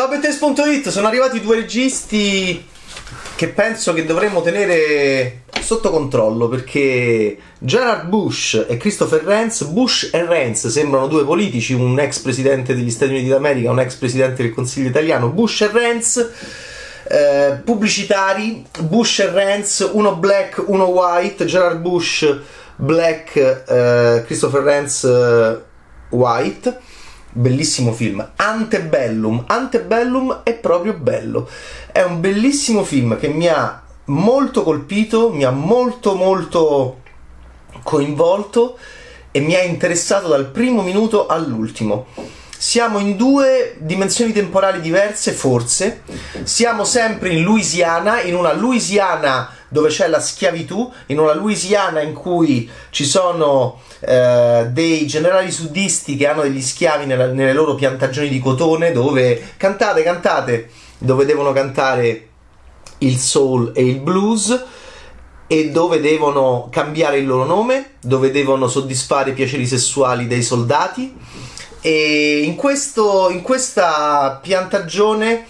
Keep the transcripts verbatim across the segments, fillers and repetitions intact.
Ciao Bettes punto it, sono arrivati due registi che penso che dovremmo tenere sotto controllo, perché Gerard Bush e Christopher Renz, Bush e Renz sembrano due politici, un ex presidente degli Stati Uniti d'America, un ex presidente del Consiglio italiano. Bush e Renz, eh, pubblicitari, Bush e Renz, uno black, uno white, Gerard Bush black, eh, Christopher Renz eh, white. Bellissimo film, Antebellum. Antebellum è proprio bello, è un bellissimo film che mi ha molto colpito, mi ha molto molto coinvolto e mi ha interessato dal primo minuto all'ultimo. Siamo in due dimensioni temporali diverse, forse. Siamo sempre in Louisiana, in una Louisiana dove c'è la schiavitù, in una Louisiana in cui ci sono eh, dei generali sudisti che hanno degli schiavi nella, nelle loro piantagioni di cotone, dove cantate, cantate, dove devono cantare il soul e il blues, e dove devono cambiare il loro nome, dove devono soddisfare i piaceri sessuali dei soldati. E in, questo, in questa piantagione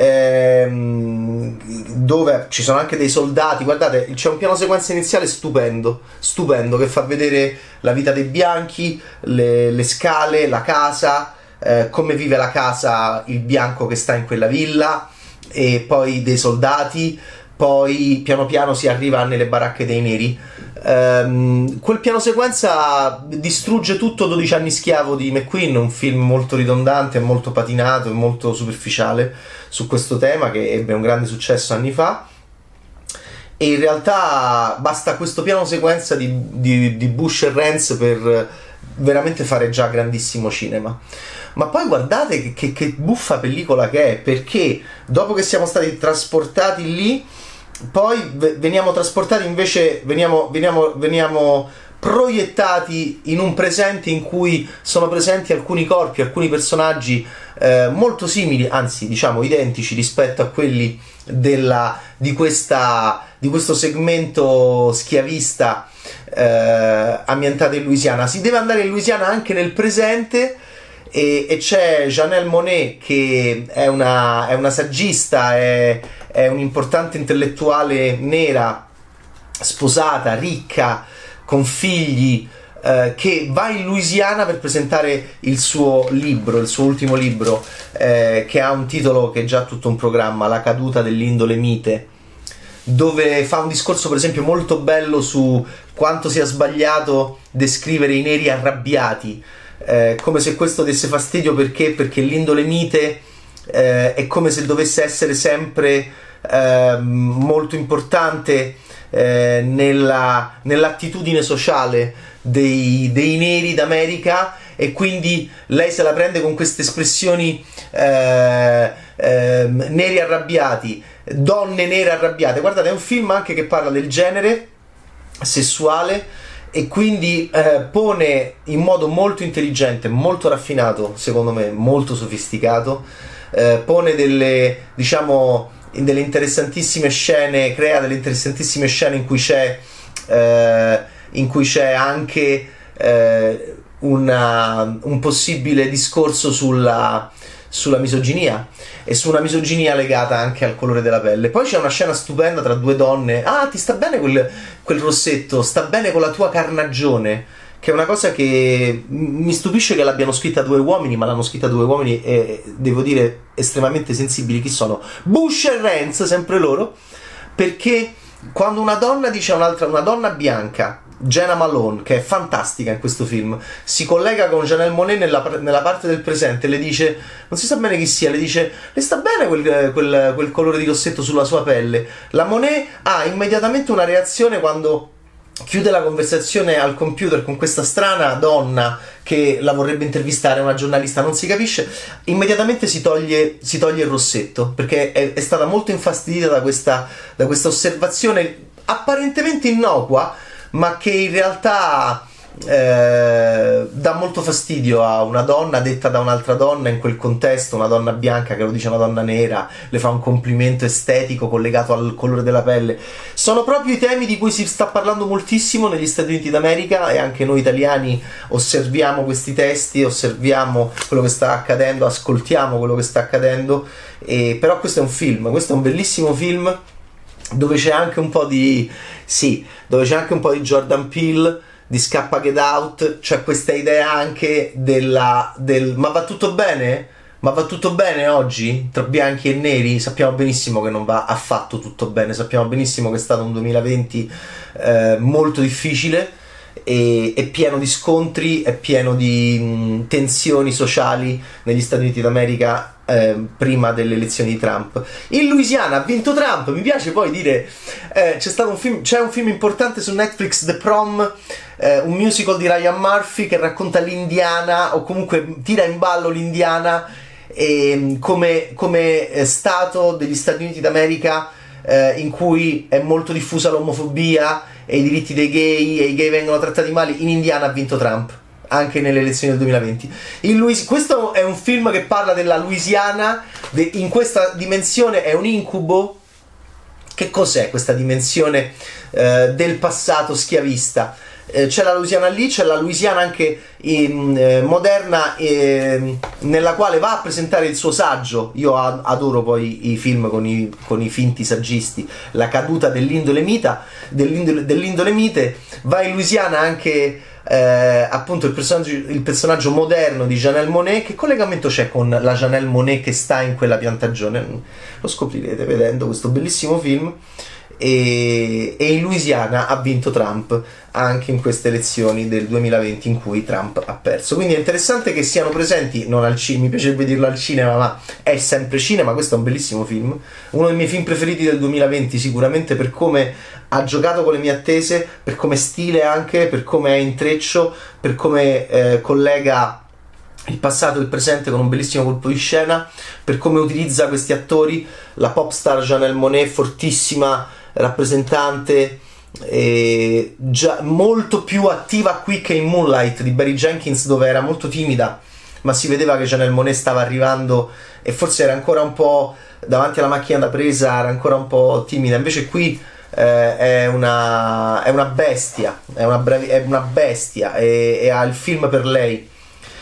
ehm, dove ci sono anche dei soldati, guardate, c'è un piano sequenza iniziale stupendo, stupendo, che fa vedere la vita dei bianchi, le, le scale, la casa, eh, come vive la casa il bianco che sta in quella villa, e poi dei soldati. Poi piano piano si arriva nelle baracche dei neri. Um, quel piano sequenza distrugge tutto dodici anni schiavo di McQueen, un film molto ridondante, molto patinato e molto superficiale su questo tema, che ebbe un grande successo anni fa. E in realtà basta questo piano sequenza di, di, di Bush e Renz per veramente fare già grandissimo cinema. Ma poi guardate che, che, che buffa pellicola che è, perché dopo che siamo stati trasportati lì, poi veniamo trasportati invece, veniamo, veniamo, veniamo proiettati in un presente in cui sono presenti alcuni corpi, alcuni personaggi eh, molto simili, anzi diciamo identici rispetto a quelli della, di, questa, di questo segmento schiavista eh, ambientato in Louisiana. Si deve andare in Louisiana anche nel presente. E, e c'è Janelle Monáe, che è una, è una saggista, è, è un'importante intellettuale nera, sposata, ricca, con figli, eh, che va in Louisiana per presentare il suo libro, il suo ultimo libro, eh, che ha un titolo che è già tutto un programma, La caduta dell'indole mite, dove fa un discorso per esempio molto bello su quanto sia sbagliato descrivere i neri arrabbiati. Eh, come se questo desse fastidio, perché? Perché l'indole mite eh, è come se dovesse essere sempre eh, molto importante eh, nella, nell'attitudine sociale dei, dei neri d'America, e quindi lei se la prende con queste espressioni eh, eh, neri arrabbiati, donne nere arrabbiate. Guardate, è un film anche che parla del genere sessuale, e quindi eh, pone in modo molto intelligente, molto raffinato, secondo me molto sofisticato, eh, pone delle, diciamo, delle interessantissime scene, crea delle interessantissime scene in cui c'è eh, in cui c'è anche eh, una, un possibile discorso sulla sulla misoginia, e su una misoginia legata anche al colore della pelle. Poi c'è una scena stupenda tra due donne. Ah, ti sta bene quel, quel rossetto, sta bene con la tua carnagione, che è una cosa che mi stupisce che l'abbiano scritta due uomini, ma l'hanno scritta due uomini, e devo dire estremamente sensibili. Chi sono? Bush e Renz, sempre loro, perché quando una donna dice a un'altra, una donna bianca, Jena Malone, che è fantastica in questo film, si collega con Janelle Monáe nella, nella parte del presente, le dice, non si sa bene chi sia, le dice, le sta bene quel, quel, quel colore di rossetto sulla sua pelle. La Monáe ha immediatamente una reazione quando chiude la conversazione al computer con questa strana donna che la vorrebbe intervistare, una giornalista, non si capisce, immediatamente si toglie, si toglie il rossetto, perché è, è stata molto infastidita da questa, da questa osservazione apparentemente innocua, ma che in realtà eh, dà molto fastidio a una donna detta da un'altra donna in quel contesto, una donna bianca che lo dice a una donna nera, le fa un complimento estetico collegato al colore della pelle. Sono proprio i temi di cui si sta parlando moltissimo negli Stati Uniti d'America, e anche noi italiani osserviamo questi testi, osserviamo quello che sta accadendo, ascoltiamo quello che sta accadendo. E però questo è un film, questo è un bellissimo film dove c'è anche un po' di sì, dove c'è anche un po' di Jordan Peele, di Scappa Get Out. C'è questa idea anche della del ma va tutto bene? Ma va tutto bene oggi? Tra bianchi e neri? Sappiamo benissimo che non va affatto tutto bene, sappiamo benissimo che è stato un duemilaventi eh, molto difficile e è pieno di scontri, è pieno di mh, tensioni sociali negli Stati Uniti d'America eh, prima delle elezioni di Trump. In Louisiana ha vinto Trump. Mi piace poi dire eh, c'è stato un film, c'è un film importante su Netflix, The Prom, eh, un musical di Ryan Murphy che racconta l'Indiana, o comunque tira in ballo l'Indiana e, come, come stato degli Stati Uniti d'America eh, in cui è molto diffusa l'omofobia e i diritti dei gay, e i gay vengono trattati male. In Indiana ha vinto Trump anche nelle elezioni del duemilaventi. In Louis- questo è un film che parla della Louisiana, de- in questa dimensione è un incubo. Che cos'è questa dimensione eh, del passato schiavista? Eh, c'è la Louisiana lì, c'è la Louisiana anche in, eh, moderna, eh, nella quale va a presentare il suo saggio. Io a- adoro poi i film con i, con i finti saggisti. La caduta dell'indole mita, dell'indole, dell'indole mite. Va in Louisiana anche eh, appunto il personaggio, il personaggio moderno di Janelle Monáe. Che collegamento c'è con la Janelle Monáe che sta in quella piantagione? Lo scoprirete vedendo questo bellissimo film. E, e in Louisiana ha vinto Trump anche in queste elezioni del duemilaventi in cui Trump ha perso. Quindi è interessante che siano presenti, non al cinema, mi piacerebbe dirlo al cinema, ma è sempre cinema. Questo è un bellissimo film, uno dei miei film preferiti del duemilaventi sicuramente, per come ha giocato con le mie attese, per come stile anche, per come è intreccio, per come eh, collega il passato e il presente con un bellissimo colpo di scena, per come utilizza questi attori, la pop star Janelle Monáe, fortissima rappresentante, e già molto più attiva qui che in Moonlight di Barry Jenkins, dove era molto timida, ma si vedeva che Janelle Monáe stava arrivando e forse era ancora un po' davanti alla macchina da presa, era ancora un po' timida. Invece qui eh, è una è una bestia, è una, bravi, è una bestia e, e ha il film per lei.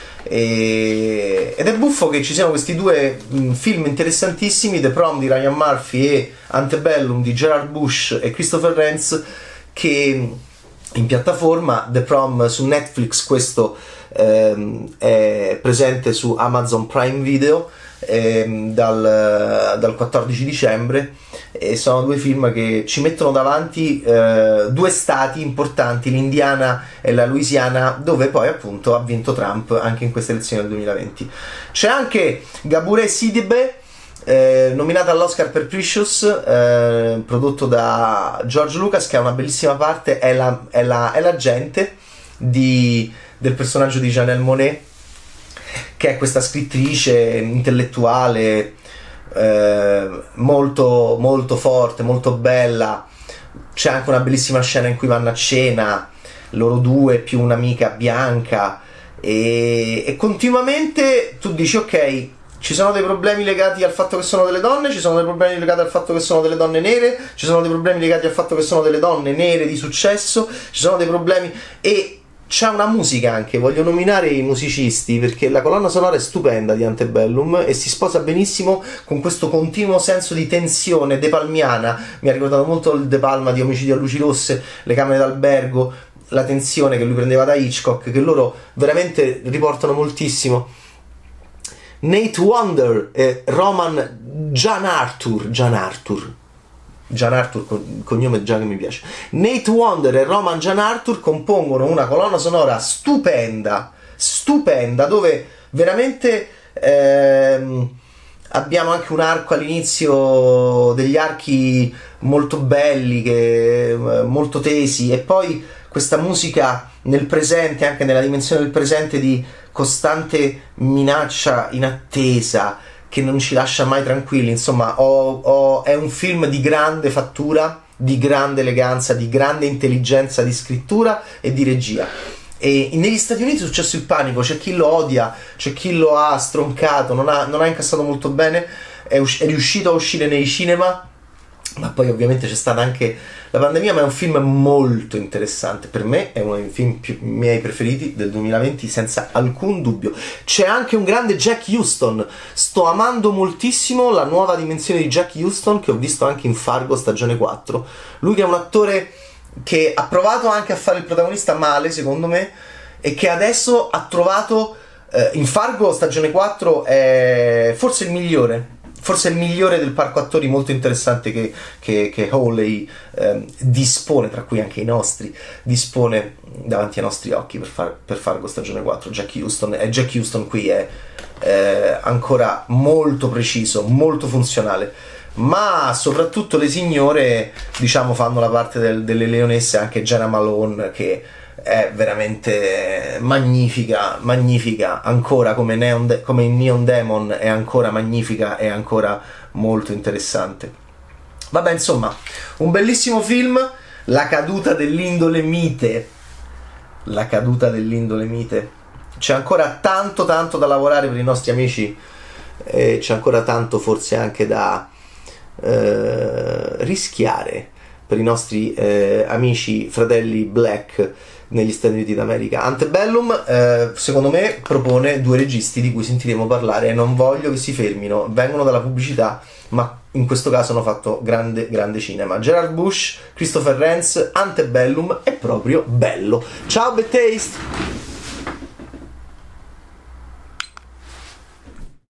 E, ed è buffo che ci siano questi due mh, film interessantissimi, The Prom di Ryan Murphy e Antebellum di Gerard Bush e Christopher Renz, che in piattaforma. The Prom su Netflix, questo ehm, è presente su Amazon Prime Video ehm, dal, dal quattordici dicembre, e sono due film che ci mettono davanti eh, due stati importanti, l'Indiana e la Louisiana, dove poi appunto ha vinto Trump anche in queste elezioni del duemilaventi. C'è anche Gabouret Sidibe, eh, nominata all'Oscar per Precious, eh, prodotto da George Lucas, che ha una bellissima parte, è la, è la, è l'agente di, del personaggio di Janelle Monáe, che è questa scrittrice intellettuale eh, molto molto forte, molto bella. C'è anche una bellissima scena in cui vanno a cena loro due più un'amica bianca, e, e continuamente tu dici ok, ci sono dei problemi legati al fatto che sono delle donne, ci sono dei problemi legati al fatto che sono delle donne nere, ci sono dei problemi legati al fatto che sono delle donne nere di successo, ci sono dei problemi, e c'è una musica anche. Voglio nominare i musicisti perché la colonna sonora è stupenda di Antebellum e si sposa benissimo con questo continuo senso di tensione depalmiana. Mi ha ricordato molto il De Palma di Omicidio a luci rosse, Le camere d'albergo, la tensione che lui prendeva da Hitchcock, che loro veramente riportano moltissimo. Nate Wonder e Roman Gian Arthur Gian Arthur Gian Arthur, cognome già che mi piace. Nate Wonder e Roman Gian Arthur compongono una colonna sonora stupenda, stupenda, dove veramente ehm, abbiamo anche un arco all'inizio, degli archi molto belli, che, molto tesi, e poi questa musica nel presente, anche nella dimensione del presente, di costante minaccia in attesa, che non ci lascia mai tranquilli. Insomma, ho, ho, è un film di grande fattura, di grande eleganza, di grande intelligenza di scrittura e di regia. E negli Stati Uniti è successo il panico, c'è chi lo odia, c'è chi lo ha stroncato, non ha, non ha incassato molto bene, è, us- è riuscito a uscire nei cinema, ma poi ovviamente c'è stata anche la pandemia, ma è un film molto interessante, per me è uno dei film più, miei preferiti del duemilaventi senza alcun dubbio. C'è anche un grande Jack Huston, sto amando moltissimo la nuova dimensione di Jack Huston che ho visto anche in Fargo stagione quattro, lui che è un attore che ha provato anche a fare il protagonista male secondo me e che adesso ha trovato eh, in Fargo stagione quattro è forse il migliore forse il migliore del parco attori molto interessante che, che, che Hawley eh, dispone, tra cui anche i nostri, dispone davanti ai nostri occhi per, far, per Fargo stagione quattro. Jack Huston, e Jack Huston qui è eh, ancora molto preciso, molto funzionale, ma soprattutto le signore, diciamo, fanno la parte del, delle leonesse, anche Jenna Malone, che è veramente magnifica, magnifica, ancora come, Neon De- come in Neon Demon è ancora magnifica e ancora molto interessante. Vabbè, insomma, un bellissimo film, La caduta dell'indole mite, la caduta dell'indole mite. C'è ancora tanto tanto da lavorare per i nostri amici, e c'è ancora tanto forse anche da eh, rischiare per i nostri eh, amici fratelli black negli Stati Uniti d'America. Antebellum eh, secondo me propone due registi di cui sentiremo parlare e non voglio che si fermino, vengono dalla pubblicità ma in questo caso hanno fatto grande grande cinema. Gerard Bush, Christopher Renz, Antebellum è proprio bello. Ciao Bad Taste!